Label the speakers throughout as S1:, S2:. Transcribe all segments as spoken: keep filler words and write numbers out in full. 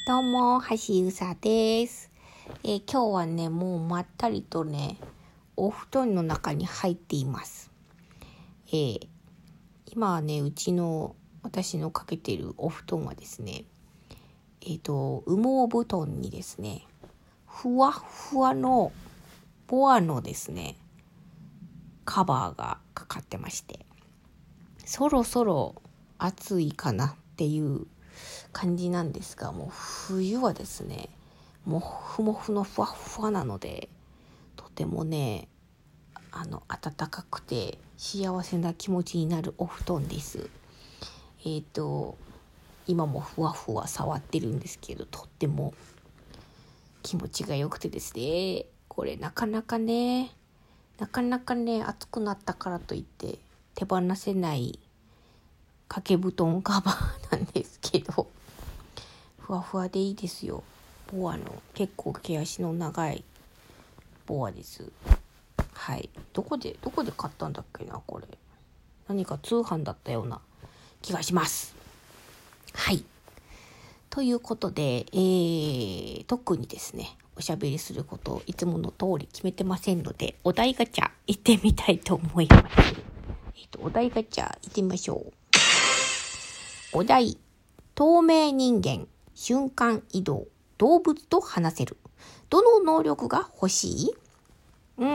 S1: どうも、橋うさです、えー、今日はね、もうまったりとね、お布団の中に入っています。えー、今はね、うちの私のかけているお布団はですね、えっと、羽毛布団にですね、ふわふわのボアのですね、カバーがかかってまして、そろそろ暑いかなっていう感じなんですが、もう冬はですね、もふもふのふわふわなので、とてもね、あの暖かくて幸せな気持ちになるお布団です。えっと今もふわふわ触ってるんですけど、とっても気持ちが良くてですね、これなかなかねなかなかね暑くなったからといって手放せない掛け布団カバーなんですけど、ふわふわでいいですよ。ボアの結構毛足の長いボアです。はい。どこでどこで買ったんだっけな、これ。何か通販だったような気がします。はい。ということで、えー、特にですね、おしゃべりすることをいつもの通り決めてませんので、お題ガチャ行ってみたいと思います。えっと、お題ガチャ行ってみましょう。お題、透明人間、瞬間移動、動物と話せる。どの能力が欲しい？うん。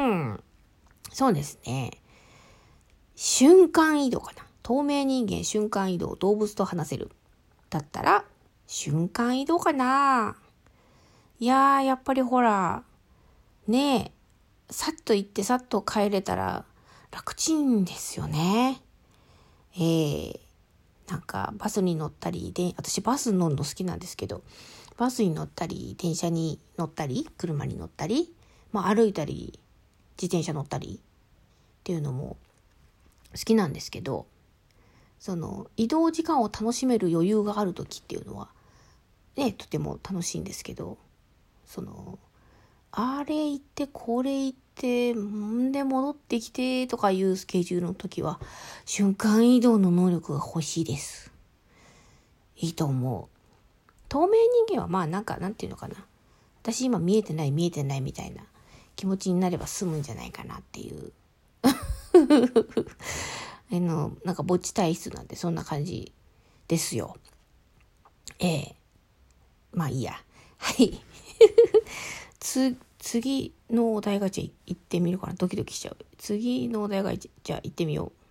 S1: そうですね。瞬間移動かな。透明人間、瞬間移動、動物と話せる。だったら、瞬間移動かな。いやー、やっぱりほら、ねえ、さっと行ってさっと帰れたら楽ちんですよね。えー、なんかバスに乗ったりで、私バス乗るの好きなんですけど、バスに乗ったり、電車に乗ったり、車に乗ったり、まあ歩いたり、自転車乗ったりっていうのも好きなんですけど、その移動時間を楽しめる余裕がある時っていうのはね、とても楽しいんですけど、そのあれ行ってこれ行ってんで戻ってきてとかいうスケジュールの時は瞬間移動の能力が欲しいです。いいと思う。透明人間はまあなんかなんていうのかな、私今見えてない見えてないみたいな気持ちになれば済むんじゃないかなっていうあのなんかぼっち体質なんでそんな感じですよ。ええ、まあいいや。はいつ次のお題ガチャ行ってみるかな。ドキドキしちゃう。次のお題ガチャじゃあ行ってみよう。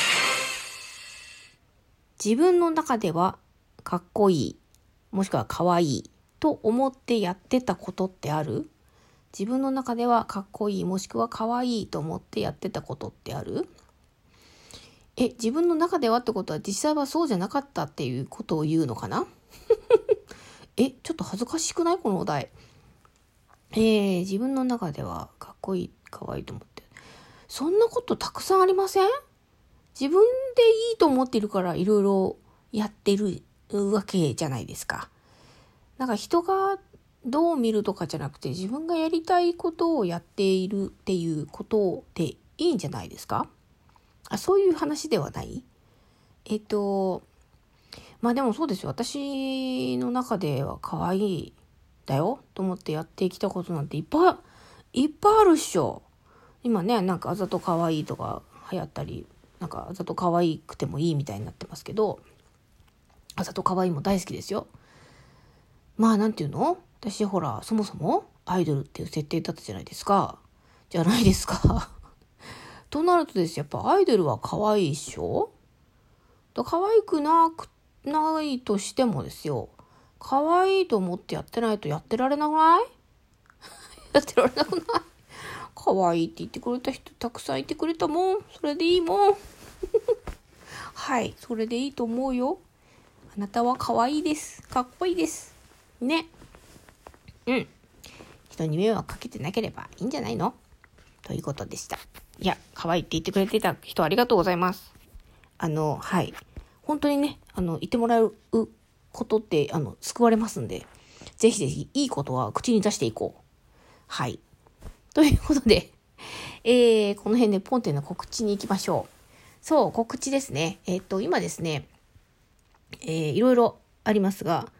S1: 自分の中ではかっこいい、もしくはかわいいと思ってやってたことってある？自分の中ではかっこいい、もしくはかわいいと思ってやってたことってある？え、自分の中ではってことは実際はそうじゃなかったっていうことを言うのかなえ、ちょっと恥ずかしくないこのお題。えー、自分の中ではかっこいい、かわいいと思って。そんなことたくさんありません？自分でいいと思っているからいろいろやってるわけじゃないですか。なんか人がどう見るとかじゃなくて自分がやりたいことをやっているっていうことでいいんじゃないですか？あ、そういう話ではない？えっと、まあでもそうですよ。私の中では可愛いだよと思ってやってきたことなんていっぱいいっぱいあるっしょ。今ね、なんかあざと可愛いとか流行ったり、なんかあざと可愛くてもいいみたいになってますけど、あざと可愛いも大好きですよ。まあなんていうの？私ほらそもそもアイドルっていう設定だったじゃないですか。じゃないですか。となるとですよ、やっぱアイドルは可愛いっしょ。だ可愛くなくないとしてもですよ、可愛いと思ってやってないとやってられなくない？やってられなくない？可愛いって言ってくれた人たくさんいてくれたもん。それでいいもん。はい、それでいいと思うよ。あなたは可愛いです。かっこいいです。ね。うん。人に迷惑かけてなければいいんじゃないの？ということでした。いや、可愛いって言ってくれてた人ありがとうございます。あの、はい。本当にね、あの、言ってもらうことって、あの、救われますんで、ぜひぜひいいことは口に出していこう。はい。ということで、えー、この辺でポンテの告知に行きましょう。そう、告知ですね。えっと、今ですね、えー、いろいろありますが、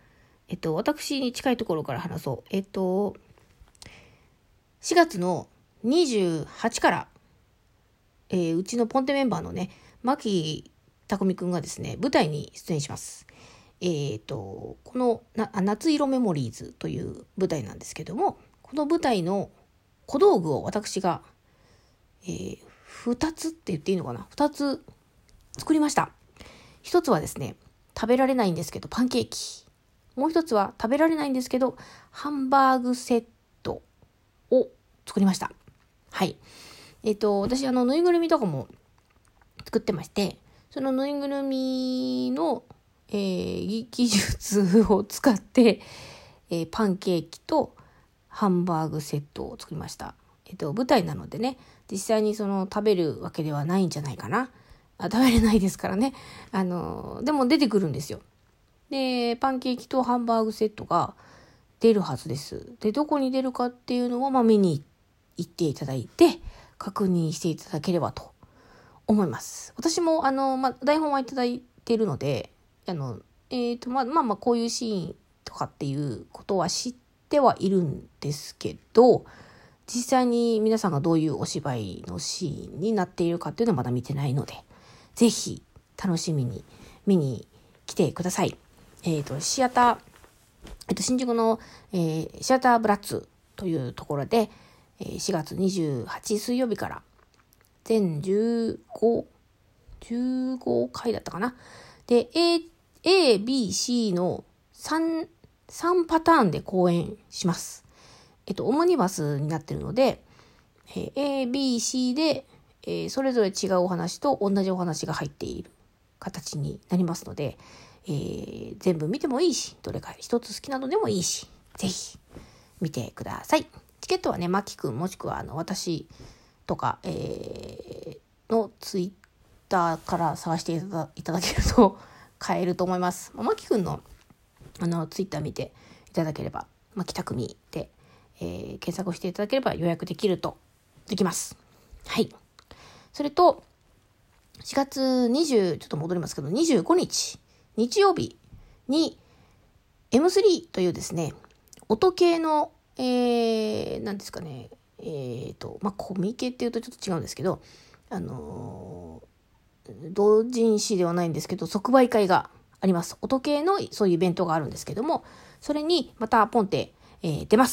S1: えっと、私に近いところから話そう。えっと、しがつのにじゅうはちから、えー、うちのポンテメンバーのね、牧匠くんがですね、舞台に出演します。えっと、このな夏色メモリーズという舞台なんですけども、この舞台の小道具を私が、えー、ふたつって言っていいのかな、ふたつ作りました。ひとつはですね、食べられないんですけどパンケーキ。もう一つは食べられないんですけどハンバーグセットを作りました。はい。えっと、私あのぬいぐるみとかも作ってまして、そのぬいぐるみの、えー、技術を使って、えー、パンケーキとハンバーグセットを作りました。えっと、舞台なのでね、実際にその食べるわけではないんじゃないかな。あ、食べれないですからね。あの、でも出てくるんですよ。で、パンケーキとハンバーグセットが出るはずです。で、どこに出るかっていうのを、まあ、見に行っていただいて、確認していただければと思います。私も、あの、まあ、台本はいただいているので、あの、えっと、まあ、まあ、まあ、こういうシーンとかっていうことは知ってはいるんですけど、実際に皆さんがどういうお芝居のシーンになっているかっていうのはまだ見てないので、ぜひ楽しみに見に来てください。えっと、シアター、えっと、新宿の、えー、シアターブラッツというところで、えー、しがつにじゅうはち水曜日から全じゅうご、じゅうごかいだったかな。で、A、A、B、C の3、さんパターンで公演します。えっと、オムニバスになっているので、えー、A、B、C で、えー、それぞれ違うお話と同じお話が入っている形になりますので、えー、全部見てもいいし、どれか一つ好きなのでもいいし、ぜひ見てください。チケットはね、マキくんもしくはあの私とか、えー、のツイッターから探していただ、いただけると買えると思います。マキくんのあのツイッター見ていただければ、マキたくみで、えー、検索をしていただければ予約できるとできます。はい。それとしがつにじゅうちょっと戻りますけどにじゅうごにち日曜日に エムスリー というですね、音系の、えー、なんですかね、えーと、まあ、コミケっていうとちょっと違うんですけど、あのー、同人誌ではないんですけど、即売会があります。音系のそういうイベントがあるんですけども、それにまたポンって、えー、出ます。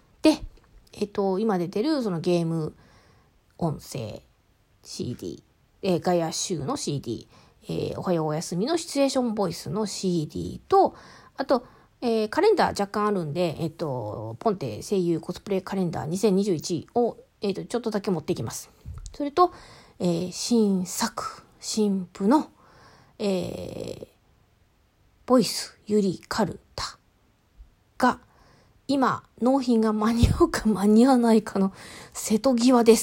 S1: で、えっと、今出てるそのゲーム音声 シーディー、えー、ガヤ集の シーディー、えー、おはようおやすみのシチュエーションボイスの シーディー と、あと、えー、カレンダー若干あるんで、えっと、ポンテ声優コスプレカレンダーにせんにじゅういちを、えっと、ちょっとだけ持っていきます。それと、えー、新作、新譜の、えー、ボイスゆりかるたが、今、納品が間に合うか間に合わないかの瀬戸際です。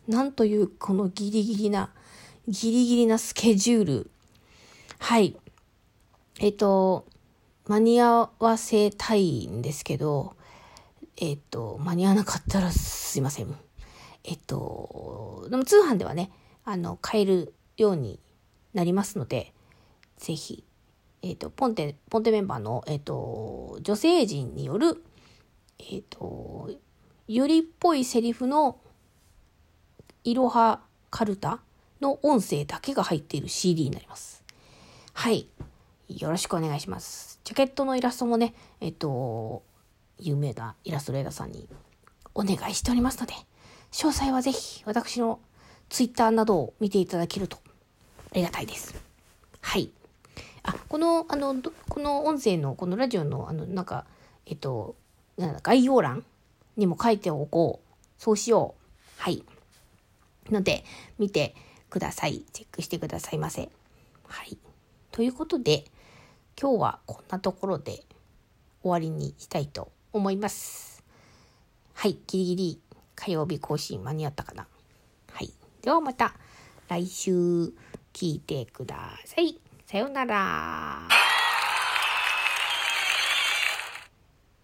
S1: なんというこのギリギリな、ギリギリなスケジュール。はい。えっと、間に合わせたいんですけど、えっと、間に合わなかったらすいません。えっと、でも通販ではね、あの、買えるようになりますので、ぜひ、えっと、ポンテ、ポンテメンバーの、えっと、女性陣による、えっと、よりっぽいセリフのいろはカルタの音声だけが入っている シーディー になります。はい。よろしくお願いします。ジャケットのイラストもね、えっと、有名なイラストレーターさんにお願いしておりますので、詳細はぜひ私のツイッターなどを見ていただけるとありがたいです。はい。あ、この、あの、この音声の、このラジオの、あの、なんか、えっと、なんだ概要欄にも書いておこう。そうしよう。はい。ので、見てください。チェックしてくださいませ。はい。ということで、今日はこんなところで終わりにしたいと思います。はい。ギリギリ火曜日更新間に合ったかな。はい。ではまた来週聞いてください。さようなら。